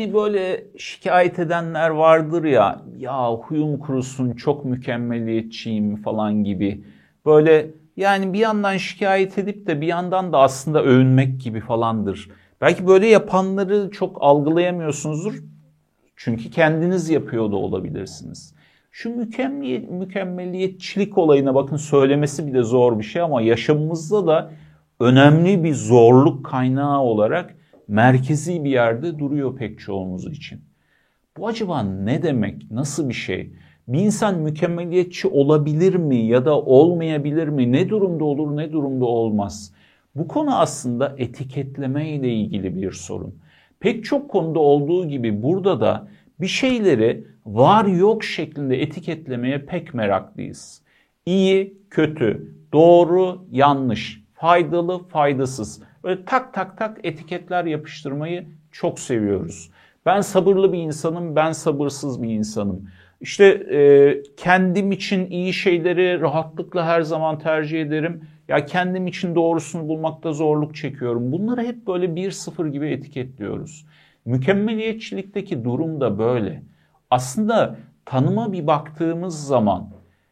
Hani böyle şikayet edenler vardır ya, ya huyum kurusun çok mükemmeliyetçiyim falan gibi. Böyle yani bir yandan şikayet edip de bir yandan da aslında övünmek gibi falandır. Belki böyle yapanları çok algılayamıyorsunuzdur. Çünkü kendiniz yapıyor da olabilirsiniz. Şu mükemmeliyetçilik olayına bakın, söylemesi bile zor bir şey ama yaşamımızda da önemli bir zorluk kaynağı olarak merkezi bir yerde duruyor pek çoğumuz için. Bu acaba ne demek? Nasıl bir şey? Bir insan mükemmeliyetçi olabilir mi ya da olmayabilir mi? Ne durumda olur, ne durumda olmaz? Bu konu aslında etiketleme ile ilgili bir sorun. Pek çok konuda olduğu gibi burada da bir şeyleri var yok şeklinde etiketlemeye pek meraklıyız. İyi, kötü, doğru, yanlış, faydalı, faydasız. Böyle tak tak tak etiketler yapıştırmayı çok seviyoruz. Ben sabırlı bir insanım, ben sabırsız bir insanım. İşte kendim için iyi şeyleri rahatlıkla her zaman tercih ederim. Ya kendim için doğrusunu bulmakta zorluk çekiyorum. Bunları hep böyle 1-0 gibi etiketliyoruz. Mükemmeliyetçilikteki durum da böyle. Aslında tanıma bir baktığımız zaman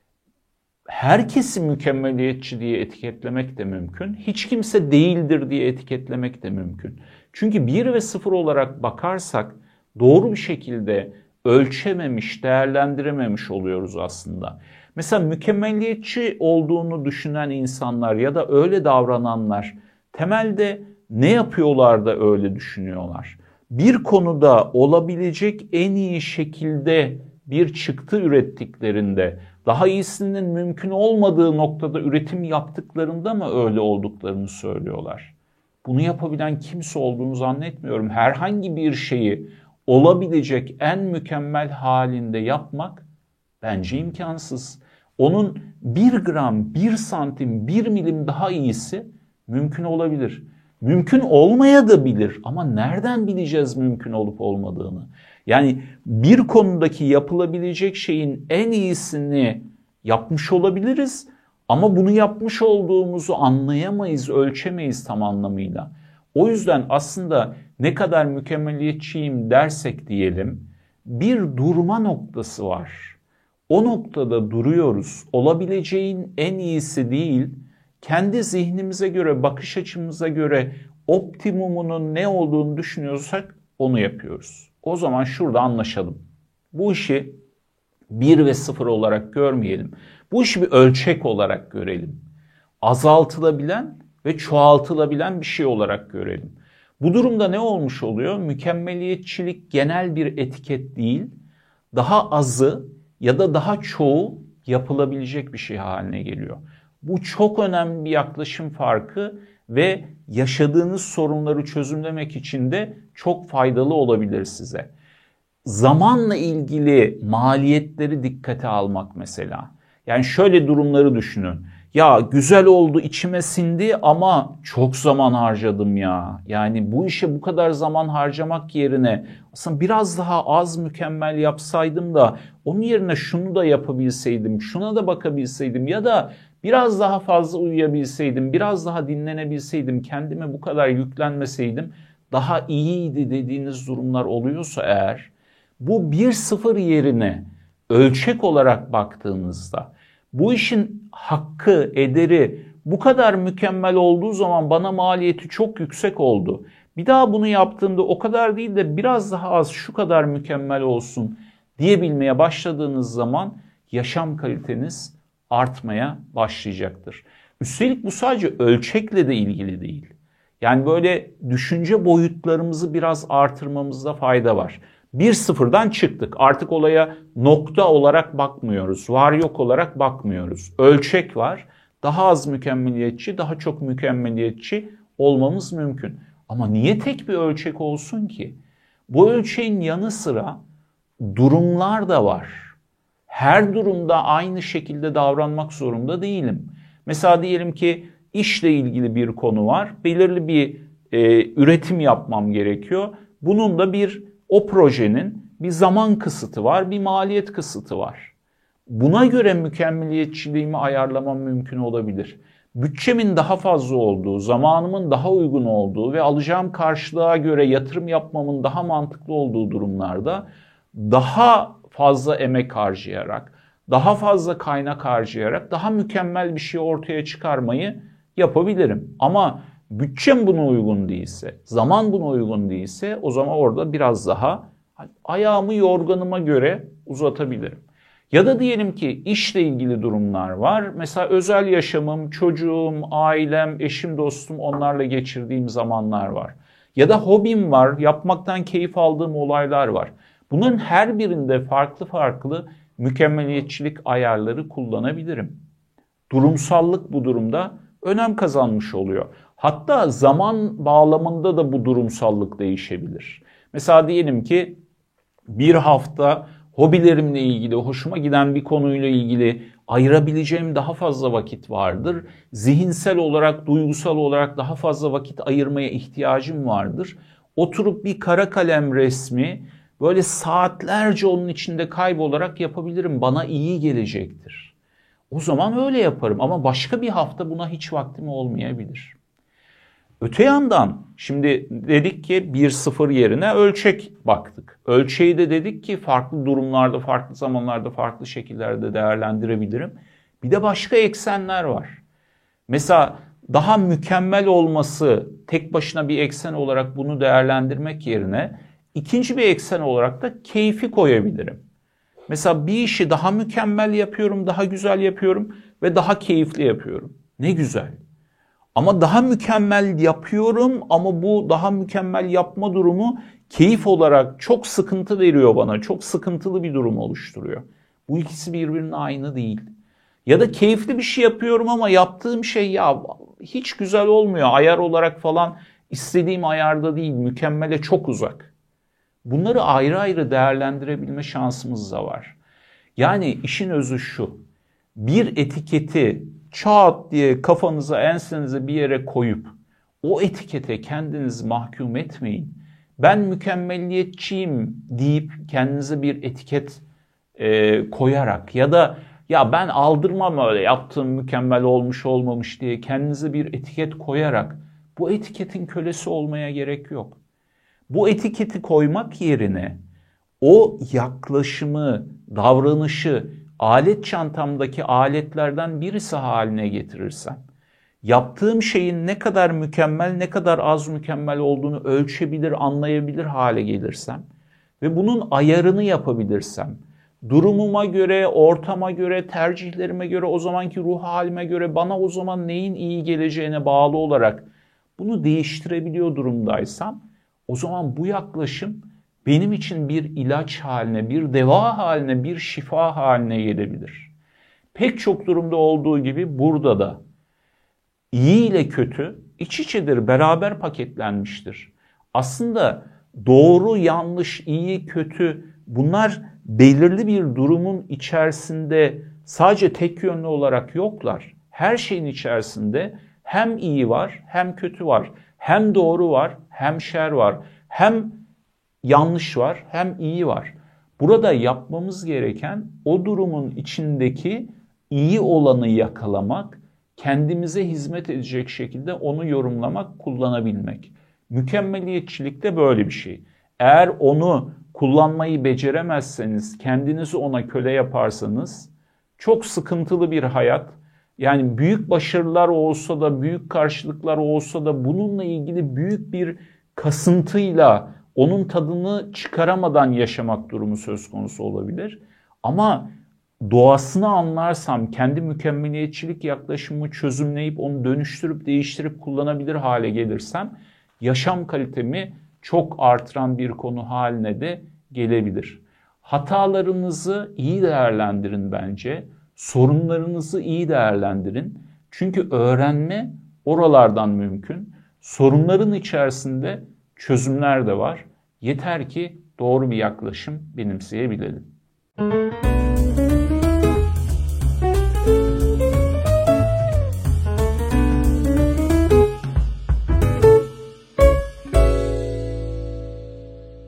herkesi mükemmeliyetçi diye etiketlemek de mümkün. Hiç kimse değildir diye etiketlemek de mümkün. Çünkü 1 ve 0 olarak bakarsak doğru bir şekilde ölçememiş, değerlendirememiş oluyoruz aslında. Mesela mükemmeliyetçi olduğunu düşünen insanlar ya da öyle davrananlar temelde ne yapıyorlar da öyle düşünüyorlar? Bir konuda olabilecek en iyi şekilde bir çıktı ürettiklerinde, daha iyisinin mümkün olmadığı noktada üretim yaptıklarında mı öyle olduklarını söylüyorlar? Bunu yapabilen kimse olduğunu zannetmiyorum. Herhangi bir şeyi olabilecek en mükemmel halinde yapmak bence imkansız. Onun 1 gram, 1 santim, 1 milim daha iyisi mümkün olabilir. Mümkün olmaya da bilir ama nereden bileceğiz mümkün olup olmadığını? Yani bir konudaki yapılabilecek şeyin en iyisini yapmış olabiliriz ama bunu yapmış olduğumuzu anlayamayız, ölçemeyiz tam anlamıyla. O yüzden aslında ne kadar mükemmeliyetçiyim dersek diyelim, bir durma noktası var. O noktada duruyoruz. Olabileceğin en iyisi değil, kendi zihnimize göre, bakış açımıza göre optimumunun ne olduğunu düşünüyorsak onu yapıyoruz. O zaman şurada anlaşalım. Bu işi 1 ve 0 olarak görmeyelim. Bu işi bir ölçek olarak görelim. Azaltılabilen ve çoğaltılabilen bir şey olarak görelim. Bu durumda ne olmuş oluyor? Mükemmeliyetçilik genel bir etiket değil, daha azı ya da daha çoğu yapılabilecek bir şey haline geliyor. Bu çok önemli bir yaklaşım farkı ve yaşadığınız sorunları çözümlemek için de çok faydalı olabilir size. Zamanla ilgili maliyetleri dikkate almak mesela. Yani şöyle durumları düşünün. Ya güzel oldu, içime sindi ama çok zaman harcadım ya. Yani bu işe bu kadar zaman harcamak yerine aslında biraz daha az mükemmel yapsaydım da onun yerine şunu da yapabilseydim, şuna da bakabilseydim ya da biraz daha fazla uyuyabilseydim, biraz daha dinlenebilseydim, kendime bu kadar yüklenmeseydim daha iyiydi dediğiniz durumlar oluyorsa eğer, bu 1-0 yerine ölçek olarak baktığınızda bu işin hakkı, ederi bu kadar mükemmel olduğu zaman bana maliyeti çok yüksek oldu. Bir daha bunu yaptığımda o kadar değil de biraz daha az, şu kadar mükemmel olsun diyebilmeye başladığınız zaman yaşam kaliteniz artmaya başlayacaktır. Üstelik bu sadece ölçekle de ilgili değil. Yani böyle düşünce boyutlarımızı biraz artırmamızda fayda var. 1-0'dan çıktık. Artık olaya nokta olarak bakmıyoruz. Var yok olarak bakmıyoruz. Ölçek var. Daha az mükemmeliyetçi, daha çok mükemmeliyetçi olmamız mümkün. Ama niye tek bir ölçek olsun ki? Bu ölçeğin yanı sıra durumlar da var. Her durumda aynı şekilde davranmak zorunda değilim. Mesela diyelim ki işle ilgili bir konu var. Belirli bir üretim yapmam gerekiyor. Bunun da o projenin bir zaman kısıtı var, bir maliyet kısıtı var. Buna göre mükemmeliyetçiliğimi ayarlamam mümkün olabilir. bütçemin daha fazla olduğu, zamanımın daha uygun olduğu ve alacağım karşılığa göre yatırım yapmamın daha mantıklı olduğu durumlarda daha fazla emek harcayarak, daha fazla kaynak harcayarak daha mükemmel bir şey ortaya çıkarmayı yapabilirim. Ama bütçem buna uygun değilse, zaman buna uygun değilse o zaman orada biraz daha ayağımı yorganıma göre uzatabilirim. Ya da diyelim ki işle ilgili durumlar var. Mesela özel yaşamım, çocuğum, ailem, eşim, dostum, onlarla geçirdiğim zamanlar var. Ya da hobim var, yapmaktan keyif aldığım olaylar var. Bunların her birinde farklı farklı mükemmeliyetçilik ayarları kullanabilirim. Durumsallık bu durumda önem kazanmış oluyor. Hatta zaman bağlamında da bu durumsallık değişebilir. Mesela diyelim ki bir hafta hobilerimle ilgili, hoşuma giden bir konuyla ilgili ayırabileceğim daha fazla vakit vardır. Zihinsel olarak, duygusal olarak daha fazla vakit ayırmaya ihtiyacım vardır. Oturup bir kara kalem resmi böyle saatlerce onun içinde kaybolarak yapabilirim. Bana iyi gelecektir. O zaman öyle yaparım ama başka bir hafta buna hiç vaktim olmayabilir. Öte yandan şimdi dedik ki 1-0 yerine ölçek baktık. Ölçeği de dedik ki farklı durumlarda, farklı zamanlarda, farklı şekillerde değerlendirebilirim. Bir de başka eksenler var. Mesela daha mükemmel olması tek başına bir eksen olarak bunu değerlendirmek yerine ikinci bir eksen olarak da keyfi koyabilirim. Mesela bir işi daha mükemmel yapıyorum, daha güzel yapıyorum ve daha keyifli yapıyorum. Ne güzel. Ama daha mükemmel yapıyorum ama bu daha mükemmel yapma durumu keyif olarak çok sıkıntı veriyor bana. Çok sıkıntılı bir durum oluşturuyor. Bu ikisi birbirine aynı değil. Ya da keyifli bir şey yapıyorum ama yaptığım şey ya hiç güzel olmuyor. Ayar olarak falan istediğim ayarda değil, mükemmele çok uzak. Bunları ayrı ayrı değerlendirebilme şansımız da var. Yani işin özü şu. Bir etiketi çat diye kafanıza, ensenize bir yere koyup o etikete kendinizi mahkum etmeyin. Ben mükemmeliyetçiyim deyip kendinize bir etiket koyarak ya da ya ben aldırmam öyle yaptığım mükemmel olmuş olmamış diye kendinize bir etiket koyarak bu etiketin kölesi olmaya gerek yok. Bu etiketi koymak yerine o yaklaşımı, davranışı alet çantamdaki aletlerden birisi haline getirirsem, yaptığım şeyin ne kadar mükemmel, ne kadar az mükemmel olduğunu ölçebilir, anlayabilir hale gelirsem ve bunun ayarını yapabilirsem, durumuma göre, ortama göre, tercihlerime göre, o zamanki ruh halime göre bana o zaman neyin iyi geleceğine bağlı olarak bunu değiştirebiliyor durumdaysam, o zaman bu yaklaşım benim için bir ilaç haline, bir deva haline, bir şifa haline gelebilir. Pek çok durumda olduğu gibi burada da iyi ile kötü iç içedir, beraber paketlenmiştir. Aslında doğru, yanlış, iyi, kötü bunlar belirli bir durumun içerisinde sadece tek yönlü olarak yoklar. Her şeyin içerisinde hem iyi var, hem kötü var. Hem doğru var, hem şer var. Hem yanlış var, hem iyi var. Burada yapmamız gereken o durumun içindeki iyi olanı yakalamak, kendimize hizmet edecek şekilde onu yorumlamak, kullanabilmek. Mükemmeliyetçilik de böyle bir şey. Eğer onu kullanmayı beceremezseniz, kendinizi ona köle yaparsanız çok sıkıntılı bir hayat, yani büyük başarılar olsa da, büyük karşılıklar olsa da bununla ilgili büyük bir kasıntıyla onun tadını çıkaramadan yaşamak durumu söz konusu olabilir. Ama doğasını anlarsam, kendi mükemmeliyetçilik yaklaşımımı çözümleyip onu dönüştürüp değiştirip kullanabilir hale gelirsem yaşam kalitemi çok artıran bir konu haline de gelebilir. Hatalarınızı iyi değerlendirin bence. Sorunlarınızı iyi değerlendirin. Çünkü öğrenme oralardan mümkün. Sorunların içerisinde çözümler de var. Yeter ki doğru bir yaklaşım benimseyebilelim.